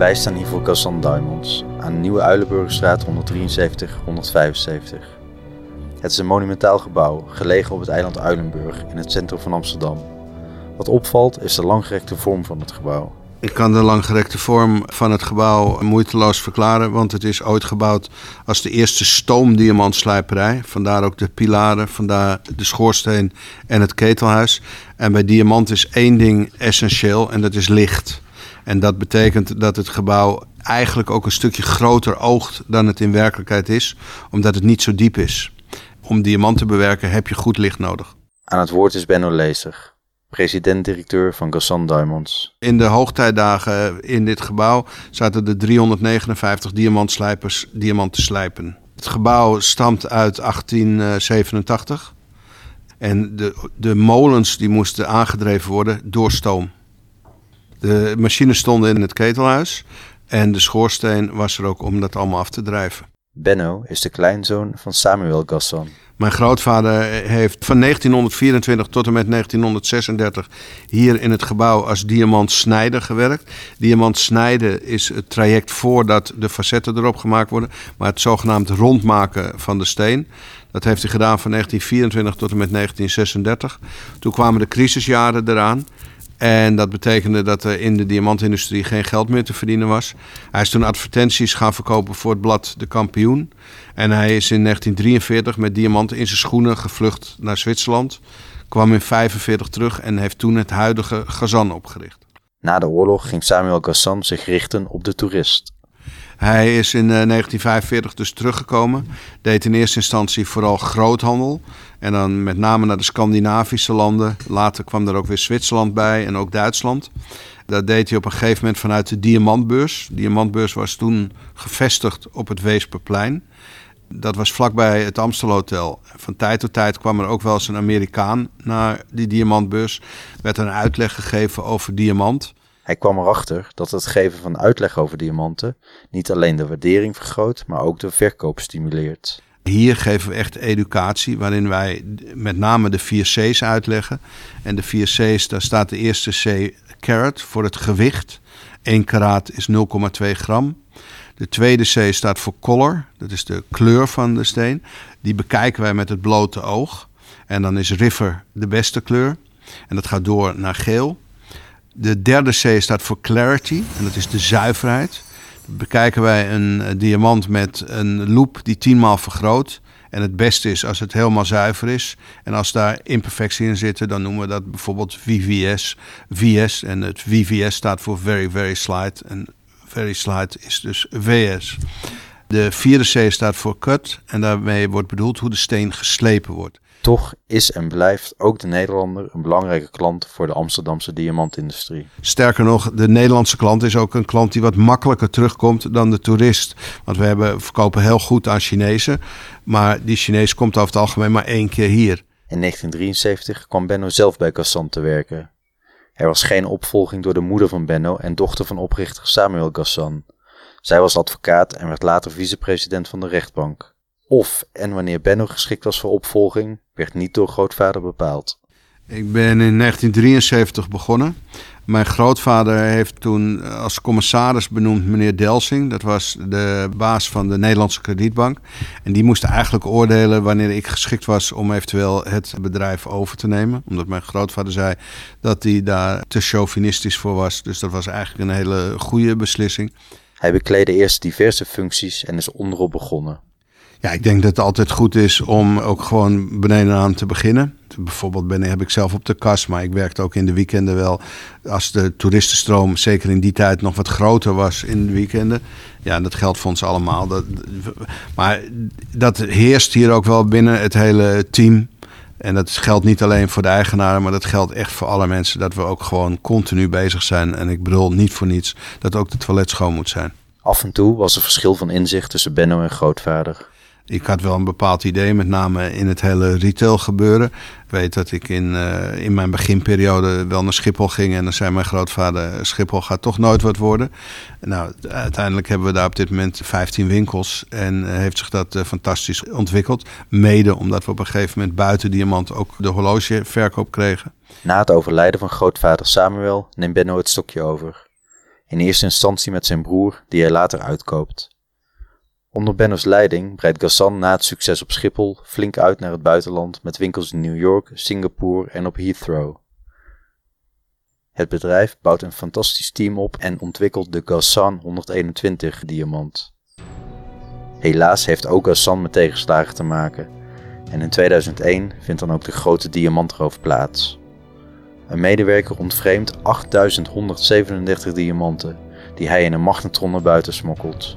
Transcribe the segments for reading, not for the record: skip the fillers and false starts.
Wij staan hier voor Gassan Diamonds aan de Nieuwe Uilenburgerstraat 173-175. Het is een monumentaal gebouw, gelegen op het eiland Uilenburg in het centrum van Amsterdam. Wat opvalt is de langgerekte vorm van het gebouw. Ik kan de langgerekte vorm van het gebouw moeiteloos verklaren, want het is ooit gebouwd als de eerste stoomdiamantslijperij. Vandaar ook de pilaren, vandaar de schoorsteen en het ketelhuis. En bij diamant is één ding essentieel en dat is licht. En dat betekent dat het gebouw eigenlijk ook een stukje groter oogt dan het in werkelijkheid is, omdat het niet zo diep is. Om diamant te bewerken heb je goed licht nodig. Aan het woord is Benno Lezer, president-directeur van Gassan Diamonds. In de hoogtijdagen in dit gebouw zaten er 359 diamantslijpers diamant te slijpen. Het gebouw stamt uit 1887 en de molens die moesten aangedreven worden door stoom. De machines stonden in het ketelhuis en de schoorsteen was er ook om dat allemaal af te drijven. Benno is de kleinzoon van Samuel Gassan. Mijn grootvader heeft van 1924 tot en met 1936 hier in het gebouw als diamantsnijder gewerkt. Diamant snijden is het traject voordat de facetten erop gemaakt worden, maar het zogenaamd rondmaken van de steen. Dat heeft hij gedaan van 1924 tot en met 1936. Toen kwamen de crisisjaren eraan. En dat betekende dat er in de diamantindustrie geen geld meer te verdienen was. Hij is toen advertenties gaan verkopen voor het blad De Kampioen. En hij is in 1943 met diamanten in zijn schoenen gevlucht naar Zwitserland. Kwam in 1945 terug en heeft toen het huidige Gassan opgericht. Na de oorlog ging Samuel Gassan zich richten op de toerist. Hij is in 1945 dus teruggekomen. Deed in eerste instantie vooral groothandel. En dan met name naar de Scandinavische landen. Later kwam er ook weer Zwitserland bij en ook Duitsland. Dat deed hij op een gegeven moment vanuit de Diamantbeurs. De Diamantbeurs was toen gevestigd op het Weesperplein. Dat was vlakbij het Amstelhotel. Van tijd tot tijd kwam er ook wel eens een Amerikaan naar die Diamantbeurs. Werd er een uitleg gegeven over diamant. Hij kwam erachter dat het geven van uitleg over diamanten niet alleen de waardering vergroot, maar ook de verkoop stimuleert. Hier geven we echt educatie, waarin wij met name de 4 C's uitleggen. En de 4 C's, daar staat de eerste C carat voor het gewicht. 1 karaat is 0,2 gram. De tweede C staat voor color, dat is de kleur van de steen. Die bekijken wij met het blote oog. En dan is river de beste kleur. En dat gaat door naar geel. De derde C staat voor clarity en dat is de zuiverheid. Bekijken wij een diamant met een loop die 10 maal vergroot. En het beste is als het helemaal zuiver is. En als daar imperfectie in zitten, dan noemen we dat bijvoorbeeld VS. En het VVS staat voor very, very slight. En very slight is dus VS. De vierde C staat voor cut. En daarmee wordt bedoeld hoe de steen geslepen wordt. Toch is en blijft ook de Nederlander een belangrijke klant voor de Amsterdamse diamantindustrie. Sterker nog, de Nederlandse klant is ook een klant die wat makkelijker terugkomt dan de toerist. Want we verkopen heel goed aan Chinezen, maar die Chinees komt over het algemeen maar 1 keer hier. In 1973 kwam Benno zelf bij Gassan te werken. Er was geen opvolging door de moeder van Benno en dochter van oprichter Samuel Gassan. Zij was advocaat en werd later vicepresident van de rechtbank. Of en wanneer Benno geschikt was voor opvolging, werd niet door grootvader bepaald. Ik ben in 1973 begonnen. Mijn grootvader heeft toen als commissaris benoemd meneer Delsing. Dat was de baas van de Nederlandse Kredietbank. En die moest eigenlijk oordelen wanneer ik geschikt was om eventueel het bedrijf over te nemen. Omdat mijn grootvader zei dat hij daar te chauvinistisch voor was. Dus dat was eigenlijk een hele goede beslissing. Hij bekleedde eerst diverse functies en is onderop begonnen. Ja, ik denk dat het altijd goed is om ook gewoon benedenaan te beginnen. Bijvoorbeeld heb ik zelf op de kas, maar ik werkte ook in de weekenden wel. Als de toeristenstroom zeker in die tijd nog wat groter was in de weekenden. Ja, dat geldt voor ons allemaal. Maar dat heerst hier ook wel binnen het hele team. En dat geldt niet alleen voor de eigenaren, maar dat geldt echt voor alle mensen. Dat we ook gewoon continu bezig zijn. En ik bedoel niet voor niets dat ook de toilet schoon moet zijn. Af en toe was er verschil van inzicht tussen Benno en grootvader. Ik had wel een bepaald idee, met name in het hele retail gebeuren. Ik weet dat ik in mijn beginperiode wel naar Schiphol ging. En dan zei mijn grootvader, Schiphol gaat toch nooit wat worden. Nou, uiteindelijk hebben we daar op dit moment 15 winkels. En heeft zich dat fantastisch ontwikkeld. Mede omdat we op een gegeven moment buiten diamant ook de horlogeverkoop kregen. Na het overlijden van grootvader Samuel neemt Benno het stokje over. In eerste instantie met zijn broer, die hij later uitkoopt. Onder Benno's leiding breidt Ghassan na het succes op Schiphol flink uit naar het buitenland met winkels in New York, Singapore en op Heathrow. Het bedrijf bouwt een fantastisch team op en ontwikkelt de Ghassan 121 diamant. Helaas heeft ook Ghassan met tegenslagen te maken en in 2001 vindt dan ook de grote diamantroof plaats. Een medewerker ontvreemdt 8.137 diamanten die hij in een magnetron naar buiten smokkelt.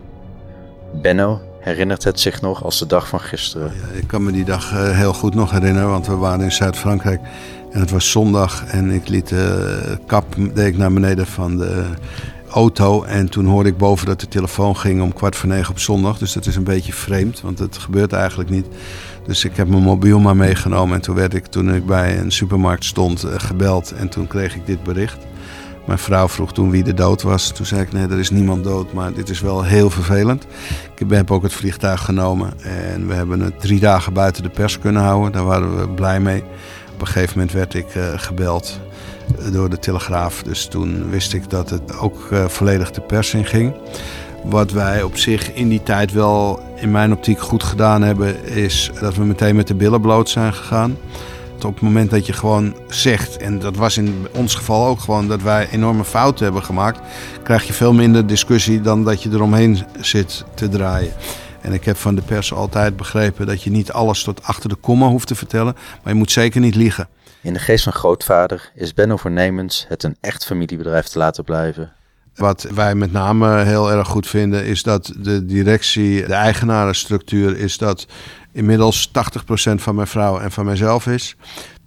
Benno herinnert het zich nog als de dag van gisteren. Ja, ik kan me die dag heel goed nog herinneren, want we waren in Zuid-Frankrijk en het was zondag en ik liet de kap naar beneden van de auto en toen hoorde ik boven dat de telefoon ging om 8:45 op zondag. Dus dat is een beetje vreemd, want het gebeurt eigenlijk niet. Dus ik heb mijn mobiel maar meegenomen en toen werd ik, toen ik bij een supermarkt stond, gebeld en toen kreeg ik dit bericht. Mijn vrouw vroeg toen wie de dood was. Toen zei ik, nee, er is niemand dood, maar dit is wel heel vervelend. Ik heb ook het vliegtuig genomen en we hebben het 3 dagen buiten de pers kunnen houden. Daar waren we blij mee. Op een gegeven moment werd ik gebeld door de Telegraaf. Dus toen wist ik dat het ook volledig de pers in ging. Wat wij op zich in die tijd wel in mijn optiek goed gedaan hebben, is dat we meteen met de billen bloot zijn gegaan. Op het moment dat je gewoon zegt, en dat was in ons geval ook gewoon, dat wij enorme fouten hebben gemaakt, krijg je veel minder discussie dan dat je eromheen zit te draaien. En ik heb van de pers altijd begrepen dat je niet alles tot achter de komma hoeft te vertellen, maar je moet zeker niet liegen. In de geest van grootvader is Benno voornemens het een echt familiebedrijf te laten blijven. Wat wij met name heel erg goed vinden is dat de directie, de eigenarenstructuur is dat inmiddels 80% van mijn vrouw en van mijzelf is.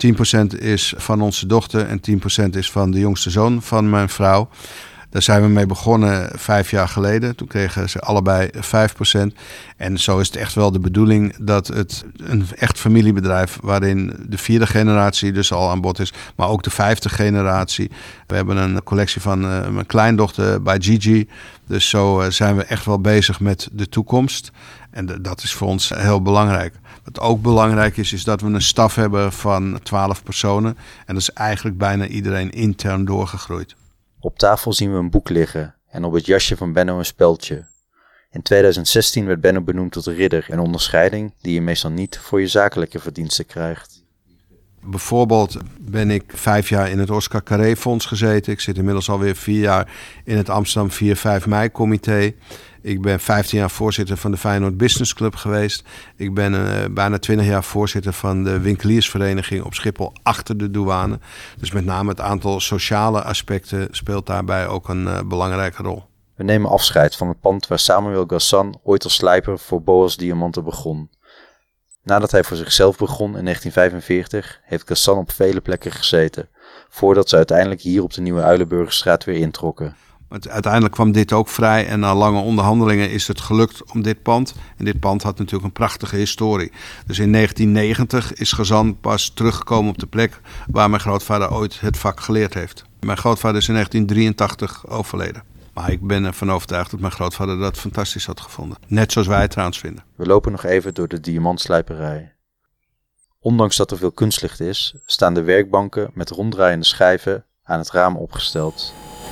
10% is van onze dochter en 10% is van de jongste zoon van mijn vrouw. Daar zijn we mee begonnen 5 jaar geleden. Toen kregen ze allebei 5%. En zo is het echt wel de bedoeling dat het een echt familiebedrijf, waarin de 4e generatie dus al aan bod is, maar ook de 5e generatie. We hebben een collectie van mijn kleindochter bij Gigi. Dus zo zijn we echt wel bezig met de toekomst. En dat is voor ons heel belangrijk. Wat ook belangrijk is dat we een staf hebben van 12 personen. En dat is eigenlijk bijna iedereen intern doorgegroeid. Op tafel zien we een boek liggen en op het jasje van Benno een speldje. In 2016 werd Benno benoemd tot ridder, een onderscheiding die je meestal niet voor je zakelijke verdiensten krijgt. Bijvoorbeeld ben ik 5 jaar in het Oscar Carré Fonds gezeten. Ik zit inmiddels alweer 4 jaar in het Amsterdam 4-5 mei comité. Ik ben 15 jaar voorzitter van de Feyenoord Business Club geweest. Ik ben bijna 20 jaar voorzitter van de winkeliersvereniging op Schiphol achter de douane. Dus met name het aantal sociale aspecten speelt daarbij ook een belangrijke rol. We nemen afscheid van het pand waar Samuel Ghassan ooit als slijper voor Boas Diamanten begon. Nadat hij voor zichzelf begon in 1945 heeft Ghassan op vele plekken gezeten, voordat ze uiteindelijk hier op de Nieuwe Uilenburgerstraat weer introkken. Want uiteindelijk kwam dit ook vrij en na lange onderhandelingen is het gelukt om dit pand. En dit pand had natuurlijk een prachtige historie. Dus in 1990 is Ghassan pas teruggekomen op de plek waar mijn grootvader ooit het vak geleerd heeft. Mijn grootvader is in 1983 overleden. Maar ik ben ervan overtuigd dat mijn grootvader dat fantastisch had gevonden. Net zoals wij het trouwens vinden. We lopen nog even door de diamantslijperij. Ondanks dat er veel kunstlicht is, staan de werkbanken met ronddraaiende schijven aan het raam opgesteld.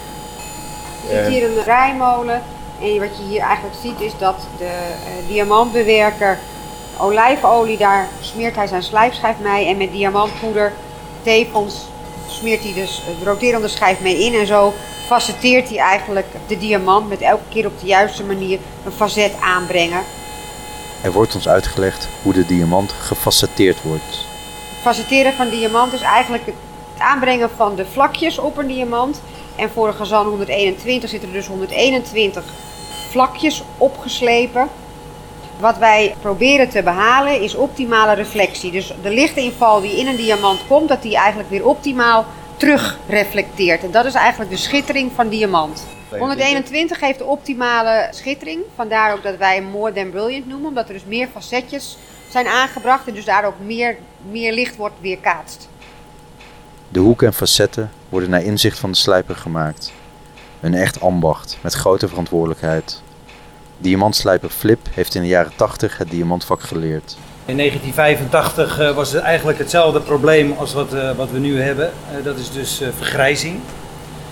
Je ziet hier een draaimolen en wat je hier eigenlijk ziet is dat de diamantbewerker olijfolie, daar smeert hij zijn slijpschijf mee en met diamantpoeder tevens smeert hij dus de roterende schijf mee in en zo facetteert hij eigenlijk de diamant met elke keer op de juiste manier een facet aanbrengen. Er wordt ons uitgelegd hoe de diamant gefacetteerd wordt. Het facetteren van diamant is eigenlijk het aanbrengen van de vlakjes op een diamant. En voor een Ghassan 121 zitten er dus 121 vlakjes opgeslepen. Wat wij proberen te behalen is optimale reflectie. Dus de lichtinval die in een diamant komt, dat die eigenlijk weer optimaal terugreflecteert. En dat is eigenlijk de schittering van diamant. 121 heeft de optimale schittering. Vandaar ook dat wij hem more than brilliant noemen. Omdat er dus meer facetjes zijn aangebracht en dus daar ook meer licht wordt weerkaatst. De hoeken en facetten worden naar inzicht van de slijper gemaakt. Een echt ambacht met grote verantwoordelijkheid. Diamantslijper Flip heeft in de jaren 80 het diamantvak geleerd. In 1985 was het eigenlijk hetzelfde probleem als wat we nu hebben. Dat is dus vergrijzing.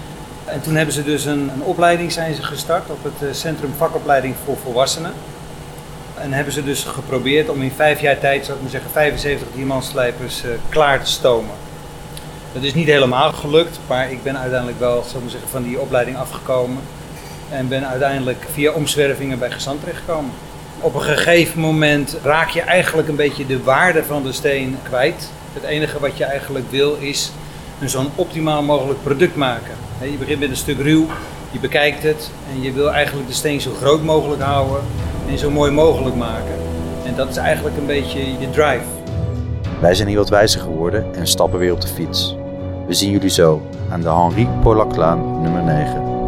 En toen hebben ze dus een opleiding zijn ze gestart op het Centrum Vakopleiding voor Volwassenen. En hebben ze dus geprobeerd om in 5 jaar tijd, zou ik maar zeggen, 75 diamantslijpers klaar te stomen. Dat is niet helemaal gelukt, maar ik ben uiteindelijk wel, zou ik maar zeggen, van die opleiding afgekomen. En ben uiteindelijk via omzwervingen bij gezant terechtgekomen. Op een gegeven moment raak je eigenlijk een beetje de waarde van de steen kwijt. Het enige wat je eigenlijk wil is een zo'n optimaal mogelijk product maken. Je begint met een stuk ruw, je bekijkt het en je wil eigenlijk de steen zo groot mogelijk houden en zo mooi mogelijk maken. En dat is eigenlijk een beetje je drive. Wij zijn hier wat wijzer geworden en stappen weer op de fiets. We zien jullie zo aan de Henri Polaclaan nummer 9.